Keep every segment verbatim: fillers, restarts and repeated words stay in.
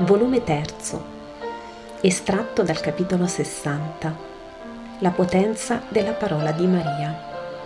volume terzo, estratto dal capitolo sessanta, La potenza della parola di Maria.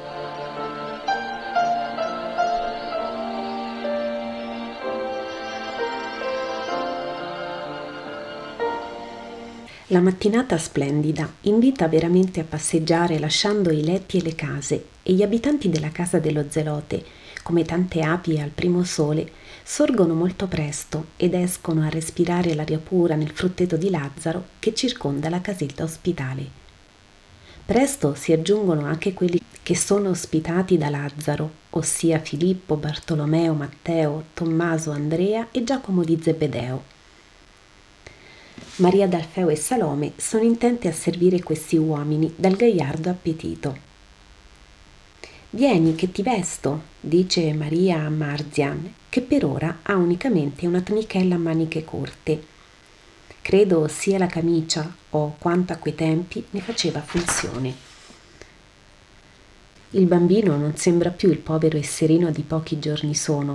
La mattinata splendida invita veramente a passeggiare lasciando i letti e le case, e gli abitanti della casa dello Zelote, come tante api al primo sole, sorgono molto presto ed escono a respirare l'aria pura nel frutteto di Lazzaro che circonda la casetta ospitale. Presto si aggiungono anche quelli che sono ospitati da Lazzaro, ossia Filippo, Bartolomeo, Matteo, Tommaso, Andrea e Giacomo di Zebedeo. Maria d'Alfeo e Salome sono intente a servire questi uomini dal gagliardo appetito. «Vieni che ti vesto», dice Maria a Marzian, che per ora ha unicamente una tunichella a maniche corte. Credo sia la camicia, o quanto a quei tempi ne faceva funzione. Il bambino non sembra più il povero esserino di pochi giorni sono.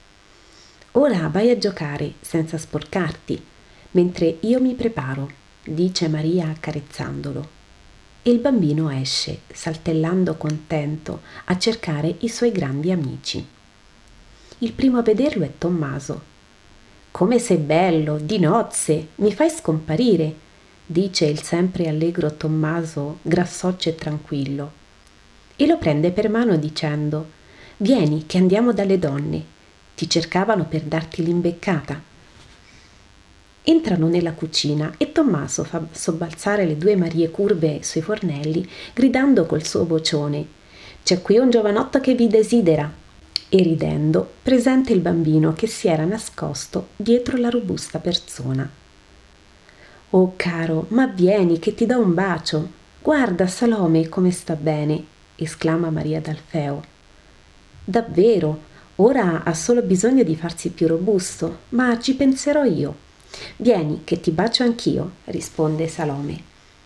«Ora vai a giocare senza sporcarti, mentre io mi preparo», dice Maria accarezzandolo. E il bambino esce, saltellando contento, a cercare i suoi grandi amici. Il primo a vederlo è Tommaso. «Come sei bello, di nozze, mi fai scomparire», dice il sempre allegro Tommaso, grassoccio e tranquillo. E lo prende per mano dicendo: «Vieni che andiamo dalle donne, ti cercavano per darti l'imbeccata». Entrano nella cucina e Tommaso fa sobbalzare le due Marie curve sui fornelli, gridando col suo vocione: «C'è qui un giovanotto che vi desidera!» E ridendo presenta il bambino che si era nascosto dietro la robusta persona. «Oh caro, ma vieni che ti do un bacio! Guarda Salome come sta bene!» esclama Maria d'Alfeo. «Davvero, ora ha solo bisogno di farsi più robusto, ma ci penserò io. Vieni che ti bacio anch'io», risponde Salome.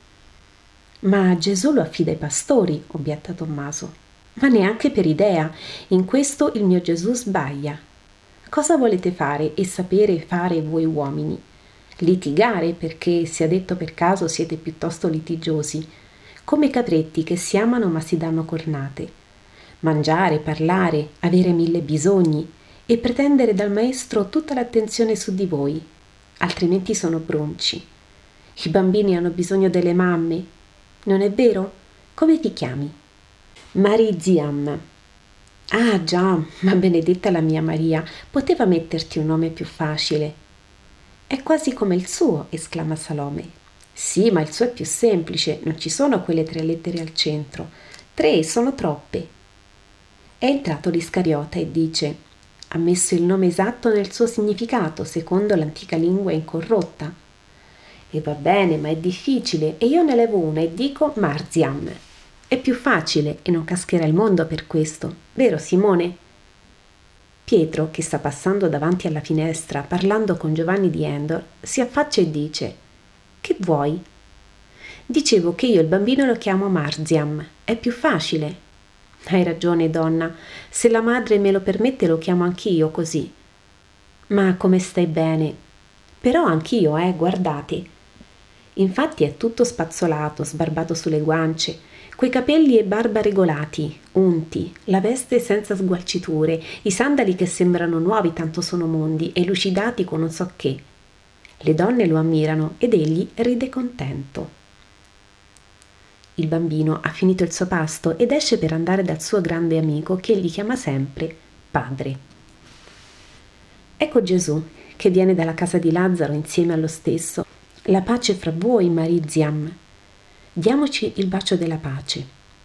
«Ma Gesù lo affida ai pastori», obietta Tommaso. «Ma neanche per idea, in questo il mio Gesù sbaglia. Cosa volete fare e sapere fare voi uomini? Litigare, perché sia detto per caso siete piuttosto litigiosi, come capretti che si amano ma si danno cornate. Mangiare, parlare, avere mille bisogni e pretendere dal maestro tutta l'attenzione su di voi, altrimenti sono bronci. I bambini hanno bisogno delle mamme, non è vero? Come ti chiami?» «Mariziam». «Ah già, ma benedetta la mia Maria, poteva metterti un nome più facile». «È quasi come il suo», esclama Salome. «Sì, ma il suo è più semplice, non ci sono quelle tre lettere al centro. Tre sono troppe». È entrato l'Iscariota e dice: «Ha messo il nome esatto nel suo significato, secondo l'antica lingua incorrotta». «E va bene, ma è difficile, e io ne levo una e dico Marziam. È più facile e non cascherà il mondo per questo, vero Simone?» Pietro, che sta passando davanti alla finestra parlando con Giovanni di Endor, si affaccia e dice: «Che vuoi?» «Dicevo che io il bambino lo chiamo Marziam, è più facile». «Hai ragione, donna, se la madre me lo permette lo chiamo anch'io così». «Ma come stai bene?» «Però anch'io, eh, guardate». Infatti è tutto spazzolato, sbarbato sulle guance, coi capelli e barba regolati, unti, la veste senza sgualciture, i sandali che sembrano nuovi tanto sono mondi e lucidati con non so che. Le donne lo ammirano ed egli ride contento. Il bambino ha finito il suo pasto ed esce per andare dal suo grande amico che egli chiama sempre padre. Ecco Gesù che viene dalla casa di Lazzaro insieme allo stesso. «La pace fra voi, Mariziam. Diamoci il bacio della pace».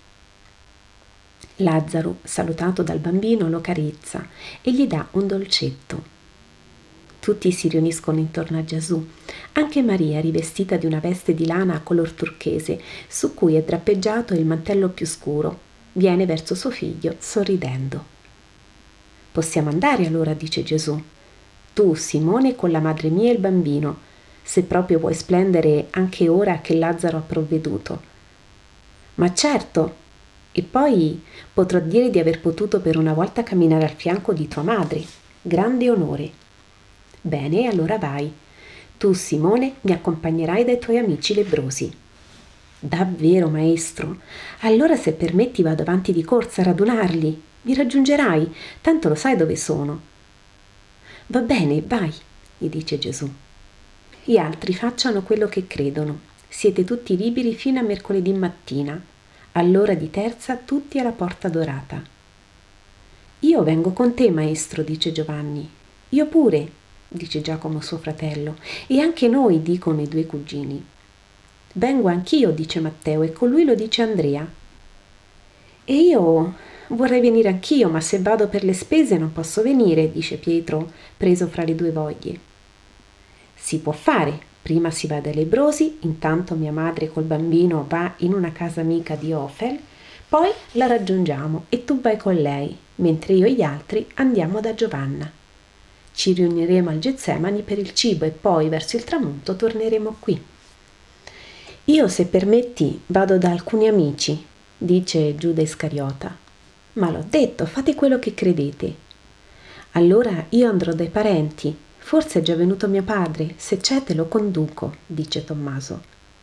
Lazzaro, salutato dal bambino, lo carezza e gli dà un dolcetto. Tutti si riuniscono intorno a Gesù, anche Maria, rivestita di una veste di lana color turchese, su cui è drappeggiato il mantello più scuro, viene verso suo figlio sorridendo. «Possiamo andare allora», dice Gesù. «Tu, Simone, con la madre mia e il bambino, se proprio vuoi splendere anche ora che Lazzaro ha provveduto». «Ma certo, e poi potrò dire di aver potuto per una volta camminare al fianco di tua madre. Grande onore». «Bene, allora vai. Tu, Simone, mi accompagnerai dai tuoi amici lebbrosi. Davvero, maestro? Allora se permetti vado avanti di corsa a radunarli. Mi raggiungerai, tanto lo sai dove sono. Va bene, vai, gli dice Gesù. Gli altri facciano quello che credono. Siete tutti liberi fino a mercoledì mattina. All'ora di terza tutti alla porta dorata. Io vengo con te, maestro, dice Giovanni. Io pure, dice Giacomo suo fratello, e anche noi, dicono i due cugini. Vengo anch'io, dice Matteo, e con lui lo dice Andrea. E io vorrei venire anch'io, ma se vado per le spese non posso venire, dice Pietro, preso fra le due voglie. Si può fare, prima si va dai lebbrosi, intanto mia madre col bambino va in una casa amica di Ofel, poi la raggiungiamo e tu vai con lei, mentre io e gli altri andiamo da Giovanna. Ci riuniremo al Getsemani per il cibo e poi verso il tramonto torneremo qui. Io, se permetti, vado da alcuni amici, dice Giuda Iscariota. Ma l'ho detto, fate quello che credete. Allora io andrò dai parenti, forse è già venuto mio padre, se c'è te lo conduco, dice Tommaso.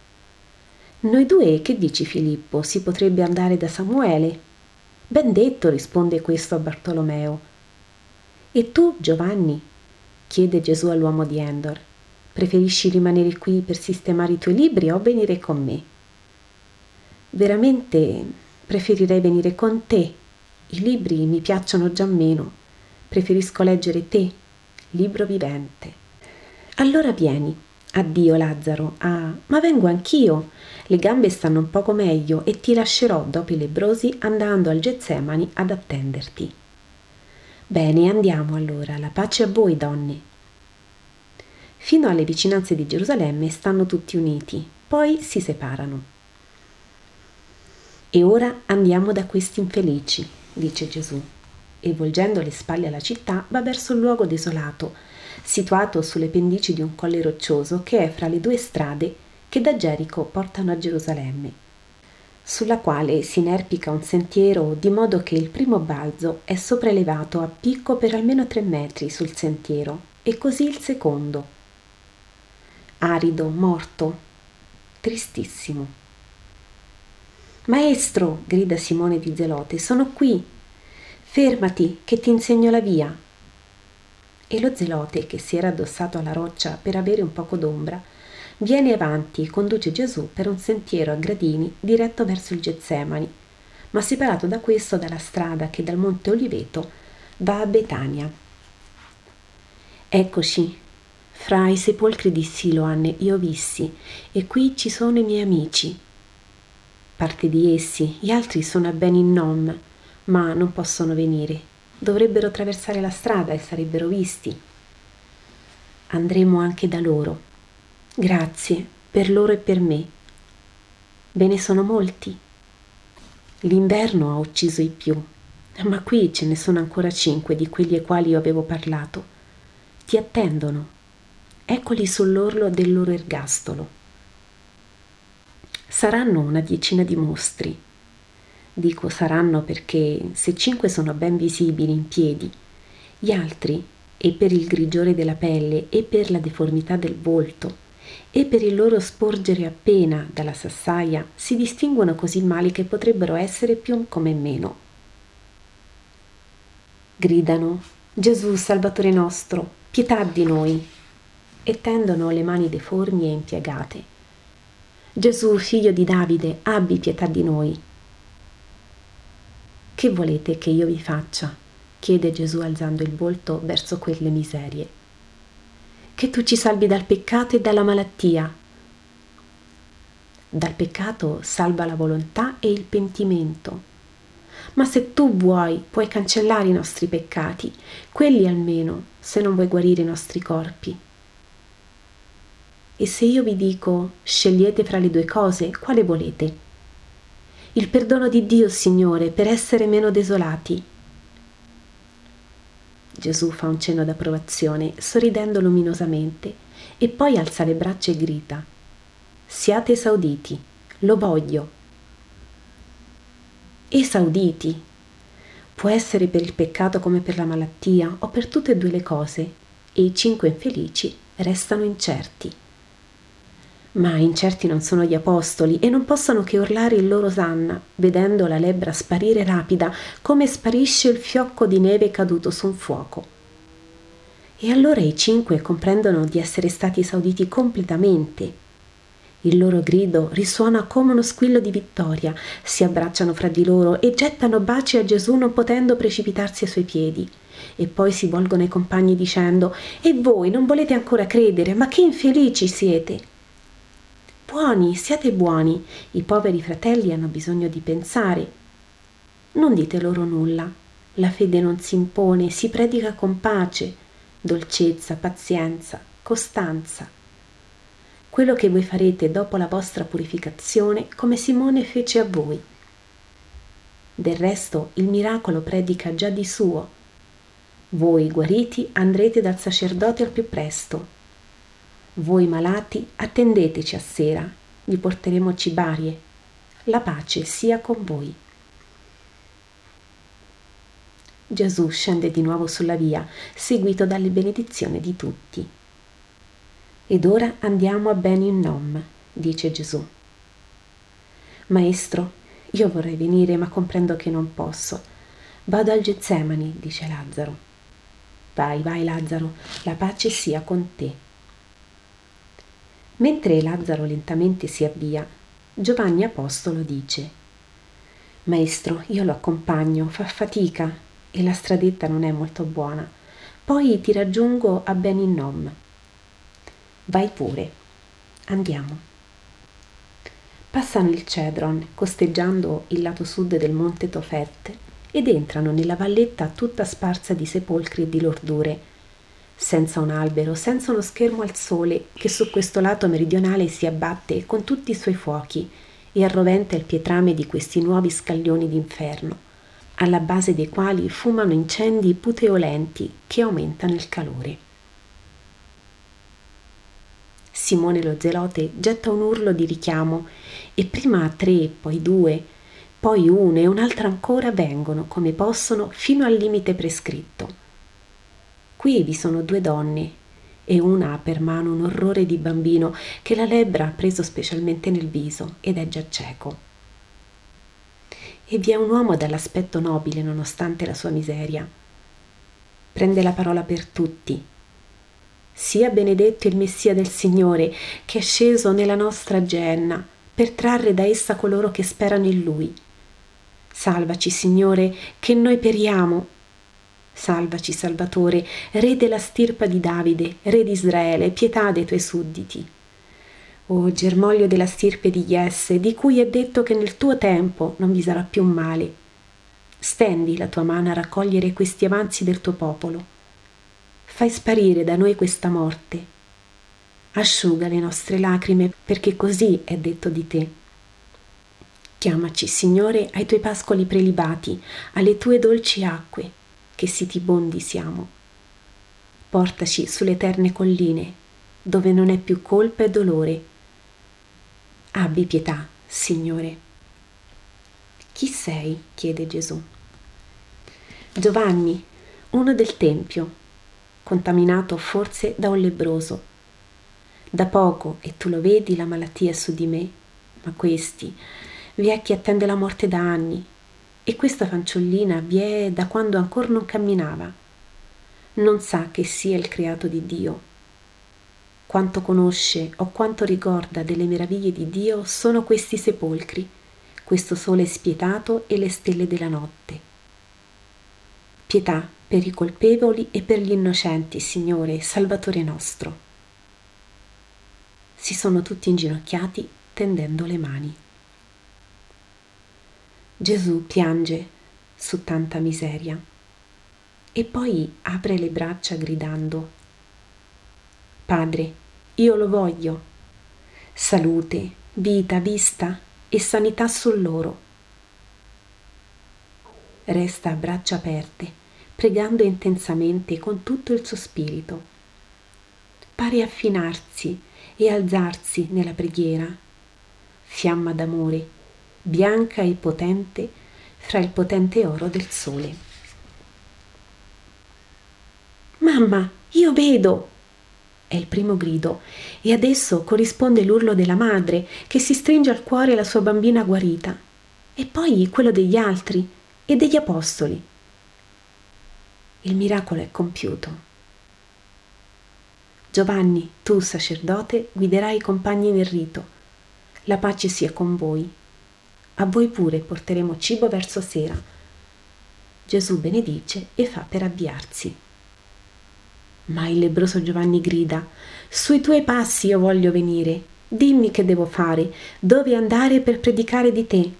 Noi due, che dici Filippo, si potrebbe andare da Samuele? Ben detto, risponde questo a Bartolomeo. E tu, Giovanni? Chiede Gesù all'uomo di Endor. Preferisci rimanere qui per sistemare i tuoi libri o venire con me? Veramente preferirei venire con te. I libri mi piacciono già meno. Preferisco leggere te, libro vivente. Allora vieni. Addio, Lazzaro. Ah, ma vengo anch'io. Le gambe stanno un poco meglio e ti lascerò dopo i lebbrosi andando al Getsemani ad attenderti. Bene, andiamo allora. La pace a voi, donne. Fino alle vicinanze di Gerusalemme stanno tutti uniti, poi si separano. E ora andiamo da questi infelici, dice Gesù, e volgendo le spalle alla città va verso un luogo desolato, situato sulle pendici di un colle roccioso che è fra le due strade che da Gerico portano a Gerusalemme, sulla quale si inerpica un sentiero di modo che il primo balzo è sopraelevato a picco per almeno tre metri sul sentiero e così il secondo. Arido, morto, tristissimo. Maestro, grida Simone di Zelote, sono qui. Fermati, che ti insegno la via. E lo Zelote, che si era addossato alla roccia per avere un poco d'ombra, viene avanti e conduce Gesù per un sentiero a gradini diretto verso il Getsemani, ma separato da questo dalla strada che dal Monte Oliveto va a Betania. Eccoci. Fra i sepolcri di Siloan io vissi, e qui ci sono i miei amici. Parte di essi, gli altri sono a Ben Hinnom, ma non possono venire. Dovrebbero attraversare la strada e sarebbero visti. Andremo anche da loro. Grazie, per loro e per me. Ve ne sono molti. L'inverno ha ucciso i più, ma qui ce ne sono ancora cinque di quelli ai quali io avevo parlato. Ti attendono. Eccoli sull'orlo del loro ergastolo. Saranno una decina di mostri. Dico saranno perché se cinque sono ben visibili in piedi, gli altri, e per il grigiore della pelle, e per la deformità del volto, e per il loro sporgere appena dalla sassaia, si distinguono così male che potrebbero essere più come meno. Gridano: Gesù, Salvatore nostro, pietà di noi! E tendono le mani deformi e impiegate. Gesù, figlio di Davide, abbi pietà di noi. Che volete che io vi faccia? Chiede Gesù alzando il volto verso quelle miserie. Che tu ci salvi dal peccato e dalla malattia. Dal peccato salva la volontà e il pentimento. Ma se tu vuoi, puoi cancellare i nostri peccati, quelli almeno, se non vuoi guarire i nostri corpi. E se io vi dico, scegliete fra le due cose, quale volete? Il perdono di Dio, Signore, per essere meno desolati. Gesù fa un cenno d'approvazione, sorridendo luminosamente, e poi alza le braccia e grida: Siate esauditi, lo voglio. Esauditi. Può essere per il peccato come per la malattia, o per tutte e due le cose, e i cinque infelici restano incerti. Ma incerti non sono gli apostoli e non possono che urlare il loro osanna, vedendo la lebbra sparire rapida, come sparisce il fiocco di neve caduto su un fuoco. E allora i cinque comprendono di essere stati esauditi completamente. Il loro grido risuona come uno squillo di vittoria, si abbracciano fra di loro e gettano baci a Gesù non potendo precipitarsi ai suoi piedi. E poi si volgono ai compagni dicendo: «E voi non volete ancora credere? Ma che infelici siete!» «Buoni, siate buoni, i poveri fratelli hanno bisogno di pensare. Non dite loro nulla, la fede non si impone, si predica con pace, dolcezza, pazienza, costanza. Quello che voi farete dopo la vostra purificazione, come Simone fece a voi. Del resto il miracolo predica già di suo. Voi guariti andrete dal sacerdote al più presto. Voi malati attendeteci a sera, vi porteremo cibarie. La pace sia con voi». Gesù scende di nuovo sulla via, seguito dalle benedizioni di tutti. «Ed ora andiamo a Ben-Hinnom», dice Gesù. «Maestro, io vorrei venire, ma comprendo che non posso. Vado al Getsemani», dice Lazzaro. «Vai, vai Lazzaro, la pace sia con te». Mentre Lazzaro lentamente si avvia, Giovanni Apostolo dice: «Maestro, io lo accompagno, fa fatica e la stradetta non è molto buona. Poi ti raggiungo a Ben-Hinnom». «Vai pure, andiamo». Passano il Cedron, costeggiando il lato sud del monte Tofet, ed entrano nella valletta tutta sparsa di sepolcri e di lordure, senza un albero, senza uno schermo al sole che su questo lato meridionale si abbatte con tutti i suoi fuochi e arroventa il pietrame di questi nuovi scaglioni d'inferno, alla base dei quali fumano incendi puteolenti che aumentano il calore. Simone lo zelote getta un urlo di richiamo e prima tre, poi due, poi uno e un'altra ancora vengono come possono fino al limite prescritto. Qui vi sono due donne e una ha per mano un orrore di bambino che la lebbra ha preso specialmente nel viso ed è già cieco. E vi è un uomo dall'aspetto nobile nonostante la sua miseria. Prende la parola per tutti. «Sia benedetto il Messia del Signore, che è sceso nella nostra genna, per trarre da essa coloro che sperano in Lui. Salvaci, Signore, che noi periamo. Salvaci, Salvatore, Re della stirpa di Davide, Re di Israele, pietà dei Tuoi sudditi. O germoglio della stirpe di Jesse, di cui è detto che nel Tuo tempo non vi sarà più male. Stendi la Tua mano a raccogliere questi avanzi del Tuo popolo. Fai sparire da noi questa morte. Asciuga le nostre lacrime, perché così è detto di Te. Chiamaci, Signore, ai Tuoi pascoli prelibati, alle Tue dolci acque, che sitibondi siamo. Portaci sulle eterne colline, dove non è più colpa e dolore. Abbi pietà, Signore». «Chi sei?» chiede Gesù. «Giovanni, uno del Tempio, contaminato forse da un lebbroso. Da poco, e tu lo vedi, la malattia è su di me, ma questi, vi è chi attende la morte da anni, e questa fanciullina vi è da quando ancora non camminava. Non sa che sia il creato di Dio. Quanto conosce o quanto ricorda delle meraviglie di Dio sono questi sepolcri, questo sole spietato e le stelle della notte. Pietà per i colpevoli e per gli innocenti, Signore, Salvatore nostro». Si sono tutti inginocchiati tendendo le mani. Gesù piange su tanta miseria e poi apre le braccia gridando: «Padre, io lo voglio. Salute, vita, vista e sanità su loro». Resta a braccia aperte, pregando intensamente con tutto il suo spirito. Pare affinarsi e alzarsi nella preghiera, fiamma d'amore, bianca e potente fra il potente oro del sole. «Mamma, io vedo!» è il primo grido, e ad esso corrisponde l'urlo della madre che si stringe al cuore la sua bambina guarita, e poi quello degli altri e degli apostoli. Il miracolo è compiuto. Giovanni, tu, sacerdote, guiderai i compagni nel rito. La pace sia con voi. A voi pure porteremo cibo verso sera. Gesù benedice e fa per avviarsi. Ma il lebbroso Giovanni grida: sui tuoi passi io voglio venire. Dimmi che devo fare, dove andare per predicare di te.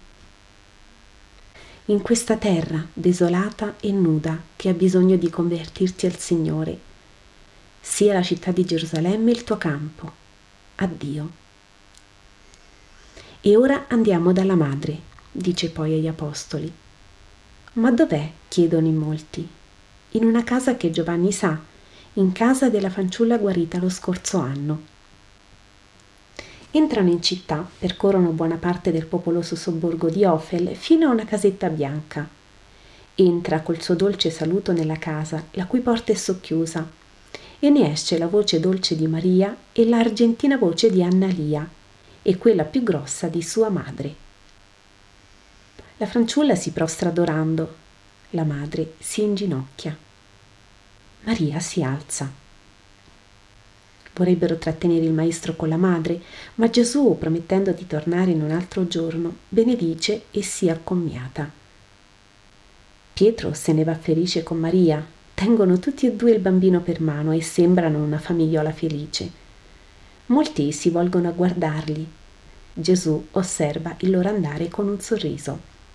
In questa terra desolata e nuda che ha bisogno di convertirti al Signore, sia la città di Gerusalemme il tuo campo. Addio. E ora andiamo dalla madre, dice poi agli apostoli. Ma dov'è? Chiedono in molti. In una casa che Giovanni sa, in casa della fanciulla guarita lo scorso anno. Entrano in città, percorrono buona parte del popoloso sobborgo di Ofel fino a una casetta bianca. Entra col suo dolce saluto nella casa, la cui porta è socchiusa, e ne esce la voce dolce di Maria e l'argentina voce di Annalia, e quella più grossa di sua madre. La fanciulla si prostra adorando, la madre si inginocchia. Maria si alza. Vorrebbero trattenere il maestro con la madre, ma Gesù, promettendo di tornare in un altro giorno, benedice e si accomiata. Pietro se ne va felice con Maria. Tengono tutti e due il bambino per mano e sembrano una famigliola felice. Molti si volgono a guardarli. Gesù osserva il loro andare con un sorriso.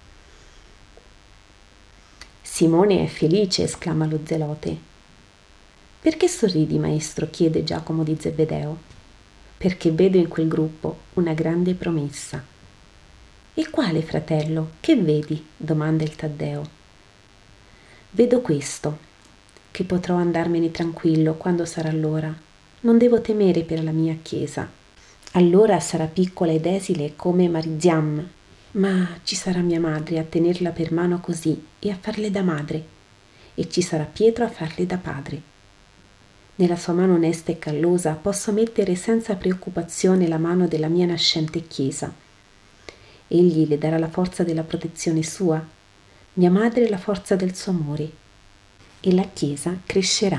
Simone è felice, esclama lo zelote. Perché sorridi, maestro? Chiede Giacomo di Zebedeo. Perché vedo in quel gruppo una grande promessa. E quale, fratello? Che vedi? Domanda il Taddeo. Vedo questo, che potrò andarmene tranquillo quando sarà l'ora. Non devo temere per la mia chiesa. Allora sarà piccola ed esile come Mariziam, ma ci sarà mia madre a tenerla per mano così e a farle da madre, e ci sarà Pietro a farle da padre. Nella sua mano onesta e callosa posso mettere senza preoccupazione la mano della mia nascente chiesa. Egli le darà la forza della protezione sua, mia madre la forza del suo amore, e la Chiesa crescerà.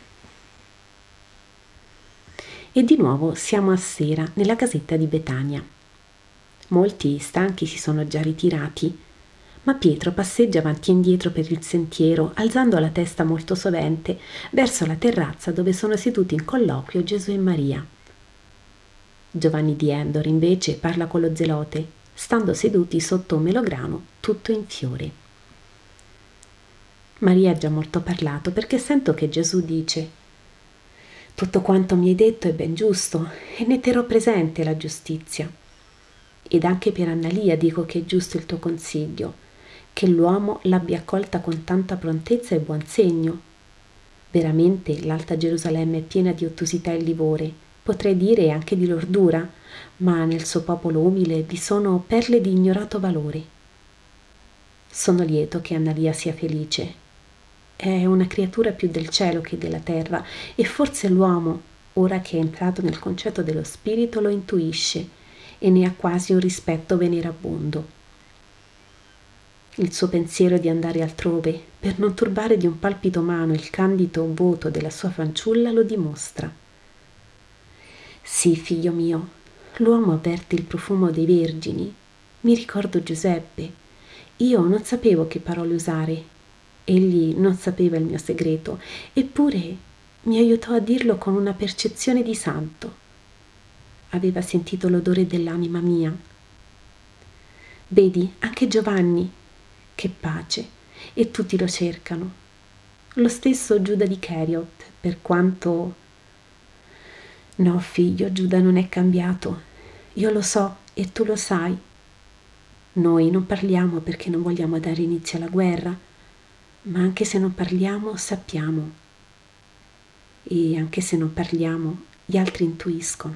E di nuovo siamo a sera nella casetta di Betania. Molti stanchi si sono già ritirati, ma Pietro passeggia avanti e indietro per il sentiero, alzando la testa molto sovente verso la terrazza dove sono seduti in colloquio Gesù e Maria. Giovanni di Endor invece parla con lo zelote, stando seduti sotto un melograno tutto in fiore. Maria ha già molto parlato perché sento che Gesù dice: tutto quanto mi hai detto è ben giusto e ne terrò presente la giustizia. Ed anche per Annalia dico che è giusto il tuo consiglio, che l'uomo l'abbia accolta con tanta prontezza e buon segno. Veramente l'Alta Gerusalemme è piena di ottusità e livore, potrei dire anche di lordura, ma nel suo popolo umile vi sono perle di ignorato valore. Sono lieto che Annalia sia felice. È una creatura più del cielo che della terra, e forse l'uomo, ora che è entrato nel concetto dello spirito, lo intuisce e ne ha quasi un rispetto venerabondo. Il suo pensiero di andare altrove, per non turbare di un palpito umano il candido voto della sua fanciulla, lo dimostra. Sì, figlio mio, l'uomo avverte il profumo dei vergini. Mi ricordo Giuseppe. Io non sapevo che parole usare. Egli non sapeva il mio segreto, eppure mi aiutò a dirlo con una percezione di santo. Aveva sentito l'odore dell'anima mia. Vedi, anche Giovanni, che pace, e tutti lo cercano. Lo stesso Giuda di Cheriot, per quanto... No, figlio, Giuda non è cambiato. Io lo so e tu lo sai. Noi non parliamo perché non vogliamo dare inizio alla guerra, ma anche se non parliamo, sappiamo. E anche se non parliamo, gli altri intuiscono.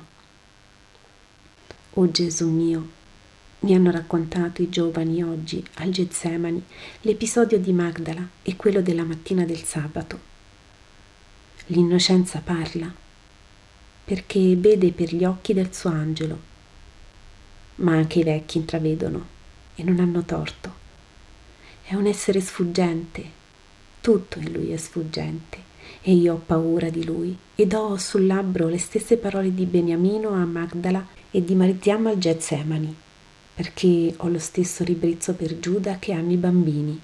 Oh Gesù mio, mi hanno raccontato i giovani oggi al Getsemani l'episodio di Magdala e quello della mattina del sabato. L'innocenza parla. perché vede per gli occhi del suo angelo. Ma anche i vecchi intravedono e non hanno torto. È un essere sfuggente, tutto in lui è sfuggente, e io ho paura di lui ed ho sul labbro le stesse parole di Beniamino a Magdala e di Mariziam al Getsemani, perché ho lo stesso ribrezzo per Giuda che ama i bambini.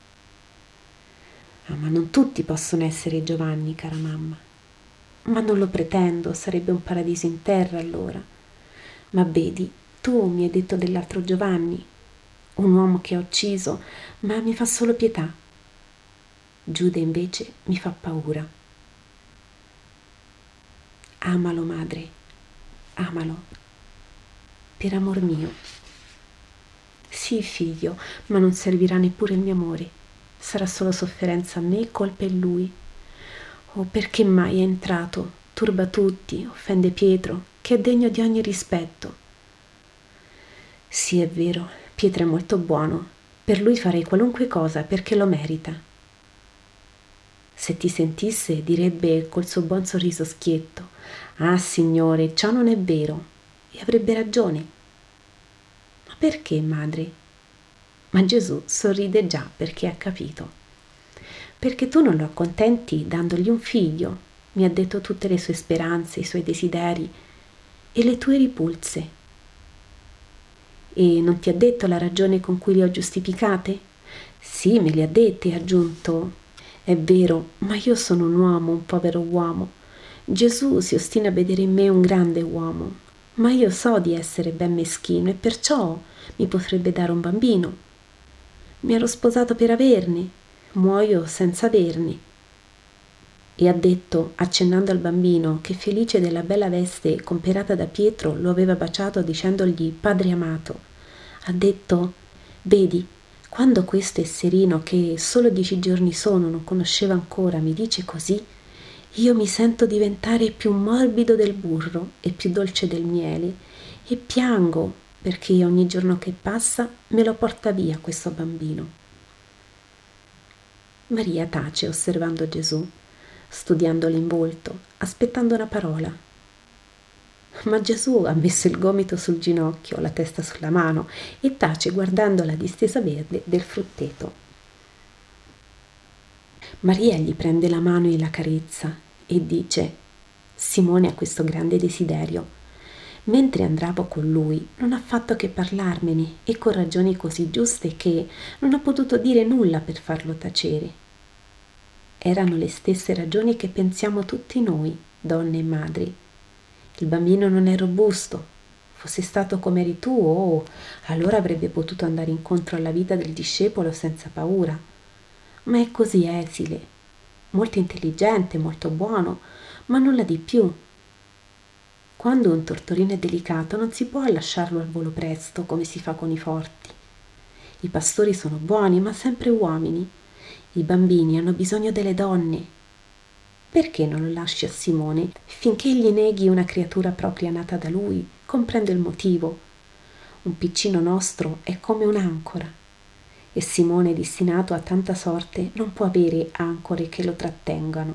Ah, ma non tutti possono essere Giovanni, cara mamma. Ma non lo pretendo, sarebbe un paradiso in terra allora. Ma vedi, tu mi hai detto dell'altro Giovanni, un uomo che ho ucciso, ma mi fa solo pietà. Giuda invece mi fa paura. Amalo, madre, amalo, per amor mio. Sì, figlio, ma non servirà neppure il mio amore. Sarà solo sofferenza a me e colpa in lui. Oh, perché mai è entrato? Turba tutti, offende Pietro, che è degno di ogni rispetto. Sì, è vero, Pietro è molto buono. Per lui farei qualunque cosa perché lo merita. Se ti sentisse direbbe col suo buon sorriso schietto: ah, signore, ciò non è vero. E avrebbe ragione. Ma perché, madre? Ma Gesù sorride già perché ha capito. Perché tu non lo accontenti dandogli un figlio, mi ha detto tutte le sue speranze, i suoi desideri e le tue ripulse. E non ti ha detto la ragione con cui le ho giustificate? Sì, me le ha dette, ha aggiunto. È vero, ma io sono un uomo, un povero uomo. Gesù si ostina a vedere in me un grande uomo, ma io so di essere ben meschino e perciò mi potrebbe dare un bambino. Mi ero sposato per averne, muoio senza averne. E ha detto, accennando al bambino, che felice della bella veste comperata da Pietro lo aveva baciato dicendogli padre amato. Ha detto: vedi, quando questo esserino che solo dieci giorni sono non conosceva ancora mi dice così, io mi sento diventare più morbido del burro e più dolce del miele e piango perché ogni giorno che passa me lo porta via questo bambino. Maria tace osservando Gesù, studiandolo in volto, aspettando una parola. Ma Gesù ha messo il gomito sul ginocchio, la testa sulla mano e tace guardando la distesa verde del frutteto. Maria gli prende la mano e la carezza e dice: Simone ha questo grande desiderio. Mentre andavo con lui non ha fatto che parlarmene e con ragioni così giuste che non ho potuto dire nulla per farlo tacere. Erano le stesse ragioni che pensiamo tutti noi, donne e madri. Il bambino non è robusto. Fosse stato come eri tu, oh, allora avrebbe potuto andare incontro alla vita del discepolo senza paura. Ma è così esile, molto intelligente, molto buono, ma nulla di più. Quando un tortorino è delicato non si può lasciarlo al volo presto come si fa con i forti. I pastori sono buoni, ma sempre uomini. I bambini hanno bisogno delle donne. Perché non lo lasci a Simone finché gli neghi una creatura propria nata da lui? Comprendo il motivo. Un piccino nostro è come un'ancora e Simone, destinato a tanta sorte, non può avere ancore che lo trattengano.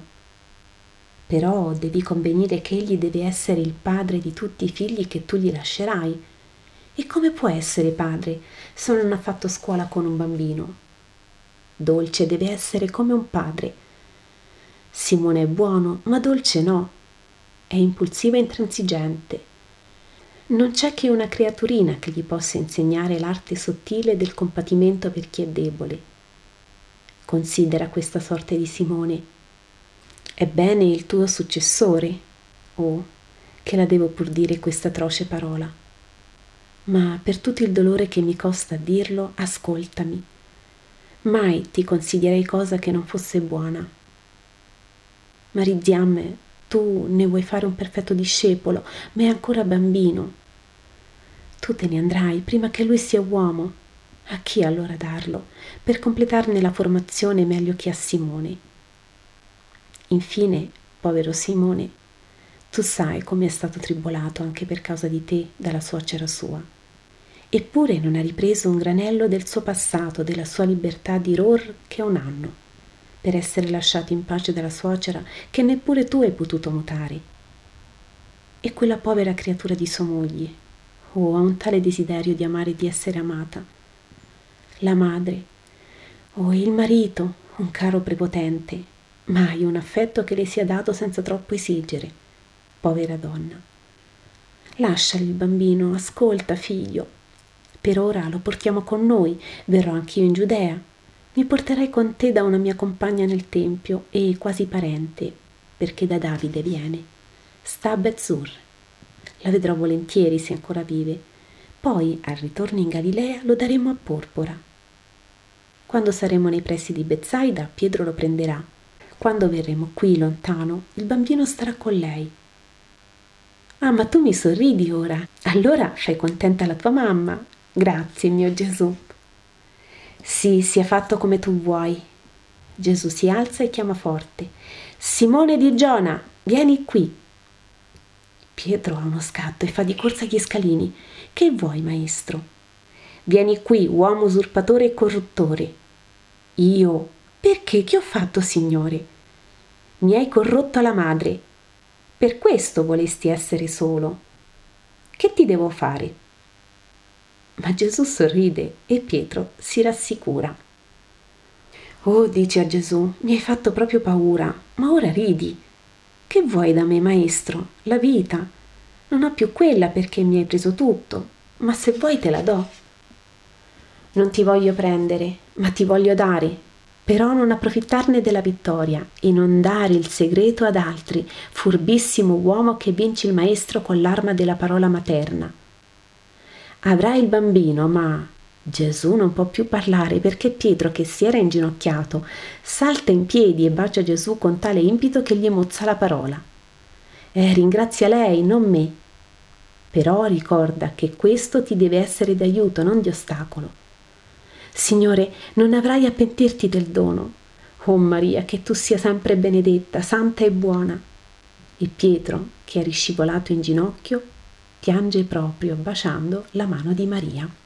Però devi convenire che egli deve essere il padre di tutti i figli che tu gli lascerai. E come può essere padre se non ha fatto scuola con un bambino? Dolce deve essere come un padre. Simone è buono, ma Dolce no. È impulsiva e intransigente. Non c'è che una creaturina che gli possa insegnare l'arte sottile del compatimento per chi è debole. Considera questa sorte di Simone. È bene il tuo successore? Oh, che la devo pur dire questa atroce parola. Ma per tutto il dolore che mi costa a dirlo, ascoltami. Mai ti consiglierei cosa che non fosse buona. Mariziam, tu ne vuoi fare un perfetto discepolo, ma è ancora bambino. Tu te ne andrai prima che lui sia uomo. A chi allora darlo, per completarne la formazione meglio che a Simone? Infine, povero Simone, tu sai come è stato tribolato anche per causa di te dalla suocera sua. Eppure non ha ripreso un granello del suo passato, della sua libertà di Ror che un anno, per essere lasciato in pace dalla suocera che neppure tu hai potuto mutare. E quella povera creatura di sua moglie, oh, ha un tale desiderio di amare e di essere amata. La madre, oh, il marito, un caro prepotente, mai un affetto che le sia dato senza troppo esigere. Povera donna. Lasciali il bambino, ascolta, figlio. Per ora lo portiamo con noi, verrò anch'io in Giudea. Mi porterai con te da una mia compagna nel tempio e quasi parente, perché da Davide viene. Sta a Bet-Zur. La vedrò volentieri se ancora vive. Poi, al ritorno in Galilea, lo daremo a Porpora. Quando saremo nei pressi di Betsaida, Pietro lo prenderà. Quando verremo qui, lontano, il bambino starà con lei. Ah, ma tu mi sorridi ora. Allora fai contenta la tua mamma. Grazie, mio Gesù. Sì, sia fatto come tu vuoi. Gesù si alza e chiama forte. Simone di Giona, vieni qui. Pietro ha uno scatto e fa di corsa agli scalini. Che vuoi, maestro? Vieni qui, uomo usurpatore e corruttore. Io? Perché? Che ho fatto, Signore? Mi hai corrotto la madre. Per questo volesti essere solo. Che ti devo fare? Ma Gesù sorride e Pietro si rassicura. Oh, dice a Gesù, mi hai fatto proprio paura, ma ora ridi. Che vuoi da me, maestro? La vita. Non ho più quella perché mi hai preso tutto, ma se vuoi te la do. Non ti voglio prendere, ma ti voglio dare. Però non approfittarne della vittoria e non dare il segreto ad altri, furbissimo uomo che vinci il maestro con l'arma della parola materna. Avrai il bambino, ma Gesù non può più parlare perché Pietro, che si era inginocchiato, salta in piedi e bacia Gesù con tale impeto che gli mozza la parola. Eh, ringrazia lei, non me. Però ricorda che questo ti deve essere d'aiuto, non di ostacolo. Signore, non avrai a pentirti del dono. Oh Maria, che tu sia sempre benedetta, santa e buona. E Pietro, che è riscivolato in ginocchio, piange proprio baciando la mano di Maria.